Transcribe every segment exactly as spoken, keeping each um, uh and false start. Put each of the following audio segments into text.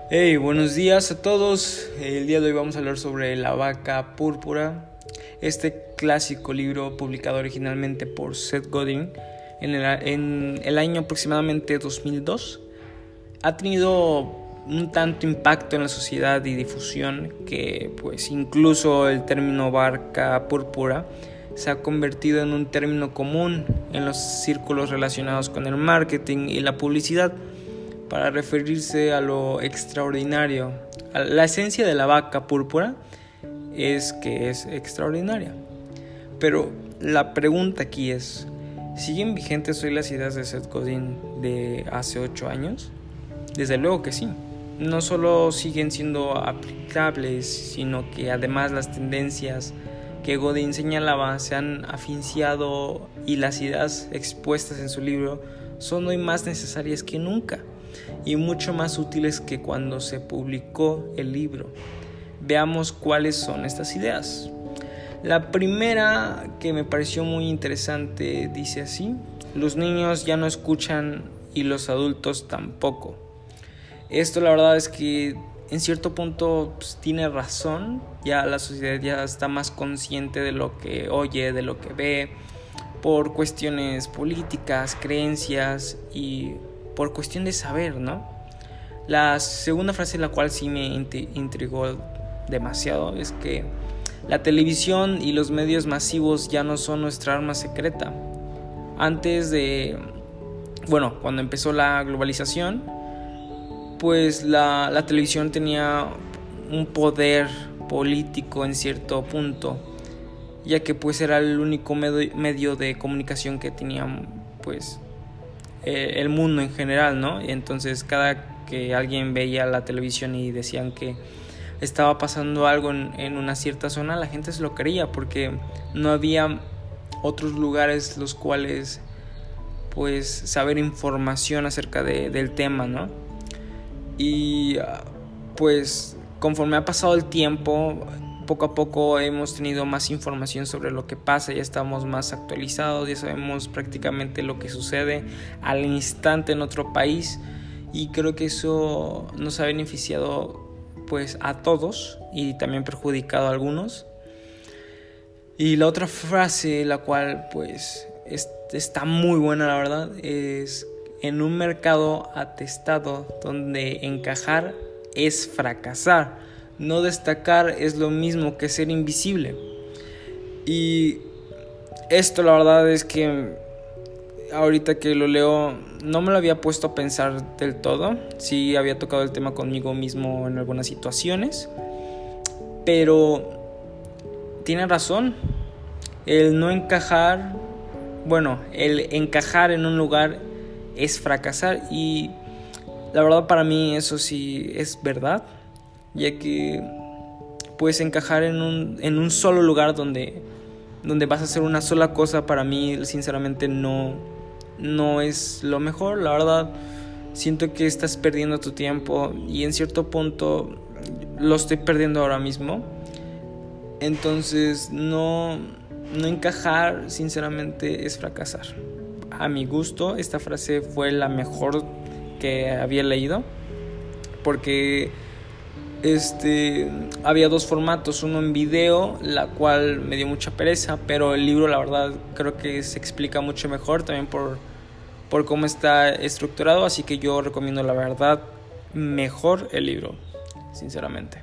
Hey, buenos días a todos. El día de hoy vamos a hablar sobre La vaca púrpura, este clásico libro publicado originalmente por Seth Godin en el, en el año aproximadamente dos mil dos. Ha tenido un tanto impacto en la sociedad y difusión que pues incluso el término vaca púrpura se ha convertido en un término común en los círculos relacionados con el marketing y la publicidad, para referirse a lo extraordinario. La esencia de la vaca púrpura es que es extraordinaria. Pero la pregunta aquí es, ¿siguen vigentes hoy las ideas de Seth Godin de hace ocho años? Desde luego que sí. No solo siguen siendo aplicables, sino que además las tendencias que Godin señalaba se han afianzado y las ideas expuestas en su libro son hoy más necesarias que nunca y mucho más útiles que cuando se publicó el libro. Veamos cuáles son estas ideas. La primera, que me pareció muy interesante, dice así: los niños ya no escuchan y los adultos tampoco. Esto la verdad es que en cierto punto pues, tiene razón. Ya la sociedad ya está más consciente de lo que oye, de lo que ve, por cuestiones políticas, creencias y por cuestión de saber, ¿no? La segunda frase, la cual sí me intrigó demasiado, es que la televisión y los medios masivos ya no son nuestra arma secreta. Antes de, bueno, cuando empezó la globalización, pues la, la televisión tenía un poder político en cierto punto, ya que pues era el único medio, medio de comunicación que tenían pues eh, el mundo en general, ¿no? Y entonces cada que alguien veía la televisión y decían que estaba pasando algo en, en una cierta zona, la gente se lo creía porque no había otros lugares los cuales pues saber información acerca de, del tema, ¿no? Y pues conforme ha pasado el tiempo, poco a poco hemos tenido más información sobre lo que pasa, ya estamos más actualizados, ya sabemos prácticamente lo que sucede al instante en otro país, y creo que eso nos ha beneficiado pues a todos y también perjudicado a algunos. Y la otra frase, la cual pues es, está muy buena la verdad, es: en un mercado atestado donde encajar es fracasar, no destacar es lo mismo que ser invisible. Y esto la verdad es que ahorita que lo leo no me lo había puesto a pensar del todo. Sí había tocado el tema conmigo mismo en algunas situaciones, pero tiene razón. El no encajar, bueno, el encajar en un lugar es fracasar, y la verdad para mí eso sí es verdad, ya que puedes encajar en un, en un solo lugar donde, donde vas a hacer una sola cosa. Para mí sinceramente no, no es lo mejor. La verdad siento que estás perdiendo tu tiempo y en cierto punto lo estoy perdiendo ahora mismo. Entonces no, no encajar sinceramente es fracasar. A mi gusto esta frase fue la mejor que había leído, porque este había dos formatos, uno en video, la cual me dio mucha pereza, pero el libro la verdad creo que se explica mucho mejor también por, por cómo está estructurado, así que yo recomiendo la verdad mejor el libro, sinceramente.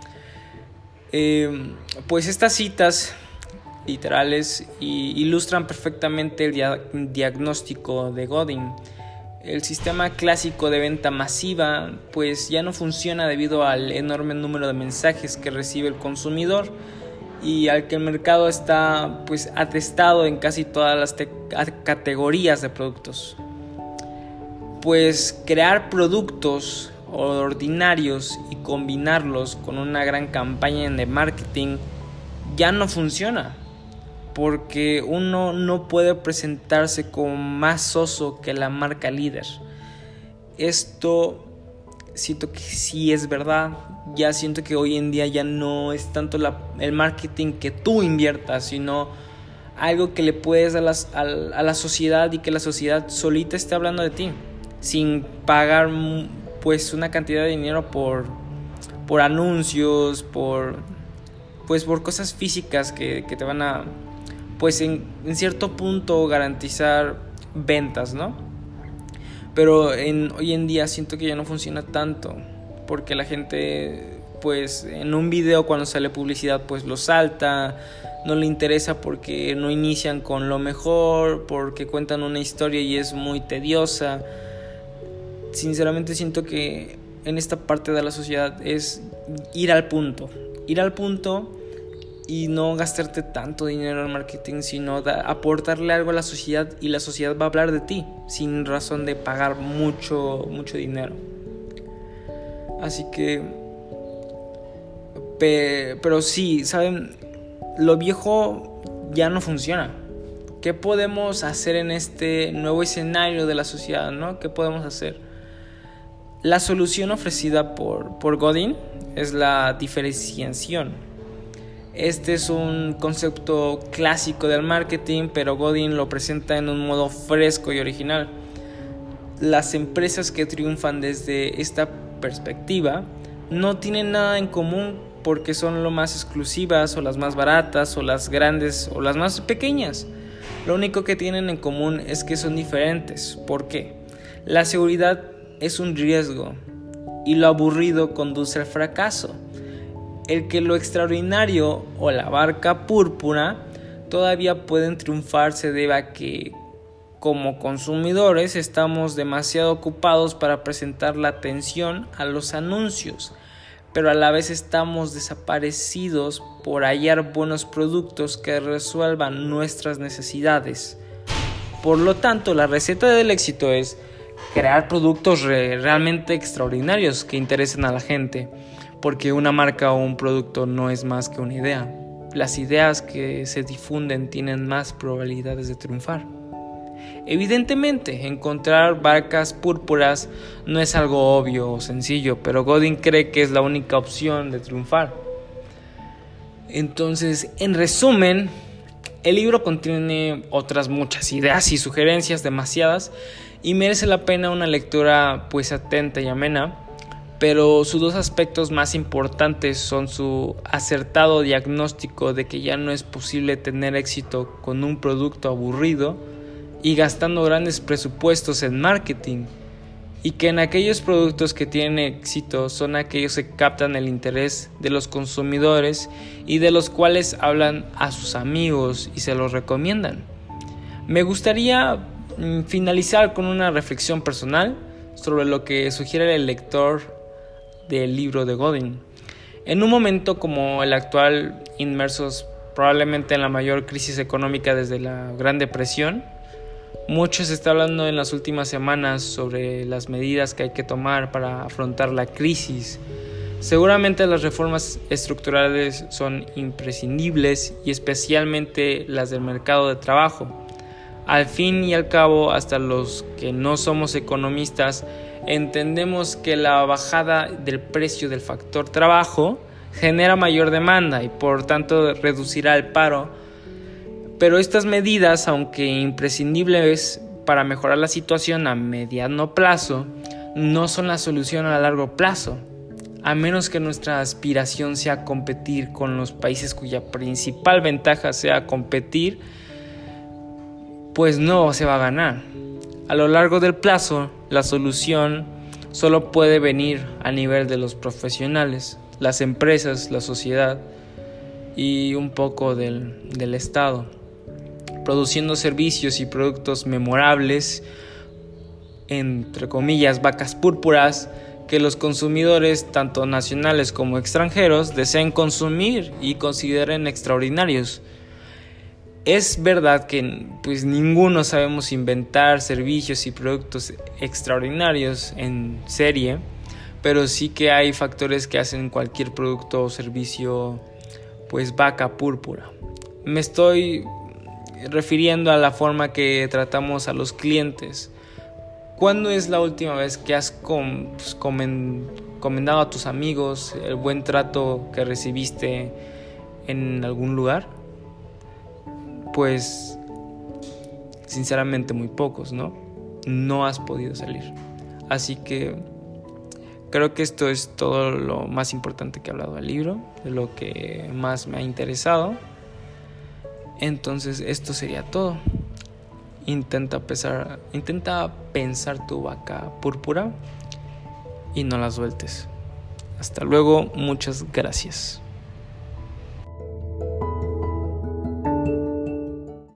Eh, pues estas citas literales y ilustran perfectamente el dia- diagnóstico de Godin. El sistema clásico de venta masiva pues ya no funciona debido al enorme número de mensajes que recibe el consumidor y al que el mercado está pues atestado en casi todas las te- categorías de productos. Pues crear productos ordinarios y combinarlos con una gran campaña de marketing ya no funciona, porque uno no puede presentarse como más soso que la marca líder. Esto siento que sí es verdad. Ya siento que hoy en día ya no es tanto la, el marketing que tú inviertas, sino algo que le puedes a, las, a, a la sociedad, y que la sociedad solita esté hablando de ti sin pagar pues una cantidad de dinero por, por anuncios, por pues por cosas físicas que, que te van a, pues en, en cierto punto garantizar ventas, ¿no? Pero en, hoy en día siento que ya no funciona tanto, porque la gente, pues en un video cuando sale publicidad, pues lo salta, no le interesa porque no inician con lo mejor, porque cuentan una historia y es muy tediosa. Sinceramente siento que en esta parte de la sociedad es ir al punto, ir al punto y no gastarte tanto dinero en marketing, sino da, aportarle algo a la sociedad, y la sociedad va a hablar de ti sin razón de pagar mucho, mucho dinero. Así que, pe, pero sí, ¿saben? Lo viejo ya no funciona. ¿Qué podemos hacer en este nuevo escenario de la sociedad, ¿no? ¿Qué podemos hacer? La solución ofrecida por, por Godin es la diferenciación. Este es un concepto clásico del marketing, pero Godin lo presenta en un modo fresco y original. Las empresas que triunfan desde esta perspectiva no tienen nada en común porque son lo más exclusivas, o las más baratas, o las grandes, o las más pequeñas. Lo único que tienen en común es que son diferentes. ¿Por qué? La seguridad es un riesgo y lo aburrido conduce al fracaso. El que lo extraordinario o la barca púrpura todavía pueden triunfar se debe a que, como consumidores, estamos demasiado ocupados para presentar la atención a los anuncios, pero a la vez estamos desaparecidos por hallar buenos productos que resuelvan nuestras necesidades. Por lo tanto, la receta del éxito es crear productos re- realmente extraordinarios que interesen a la gente. Porque una marca o un producto no es más que una idea. Las ideas que se difunden tienen más probabilidades de triunfar. Evidentemente, encontrar barcas púrpuras no es algo obvio o sencillo, pero Godin cree que es la única opción de triunfar. Entonces, en resumen, el libro contiene otras muchas ideas y sugerencias, demasiadas, y merece la pena una lectura pues atenta y amena. Pero sus dos aspectos más importantes son su acertado diagnóstico de que ya no es posible tener éxito con un producto aburrido y gastando grandes presupuestos en marketing, y que en aquellos productos que tienen éxito son aquellos que captan el interés de los consumidores y de los cuales hablan a sus amigos y se los recomiendan. Me gustaría mm, finalizar con una reflexión personal sobre lo que sugiere el lector del libro de Godin. En un momento como el actual, inmersos probablemente en la mayor crisis económica desde la Gran Depresión, mucho se está hablando en las últimas semanas sobre las medidas que hay que tomar para afrontar la crisis. Seguramente las reformas estructurales son imprescindibles, y especialmente las del mercado de trabajo. Al fin y al cabo, hasta los que no somos economistas entendemos que la bajada del precio del factor trabajo genera mayor demanda y por tanto reducirá el paro. Pero estas medidas, aunque imprescindibles para mejorar la situación a mediano plazo, no son la solución a largo plazo, a menos que nuestra aspiración sea competir con los países cuya principal ventaja sea competir, pues no se va a ganar. A lo largo del plazo, la solución solo puede venir a nivel de los profesionales, las empresas, la sociedad y un poco del, del Estado, produciendo servicios y productos memorables, entre comillas, vacas púrpuras, que los consumidores, tanto nacionales como extranjeros, deseen consumir y consideren extraordinarios. Es verdad que pues ninguno sabemos inventar servicios y productos extraordinarios en serie, pero sí que hay factores que hacen cualquier producto o servicio pues vaca púrpura. Me estoy refiriendo a la forma que tratamos a los clientes. ¿Cuándo es la última vez que has com- pues, comen- comendado a tus amigos el buen trato que recibiste en algún lugar? Pues sinceramente muy pocos, ¿no? No has podido salir. Así que creo que esto es todo lo más importante que he hablado del libro, de lo que más me ha interesado. Entonces esto sería todo. Intenta pensar, intenta pensar tu vaca púrpura y no la sueltes. Hasta luego, muchas gracias.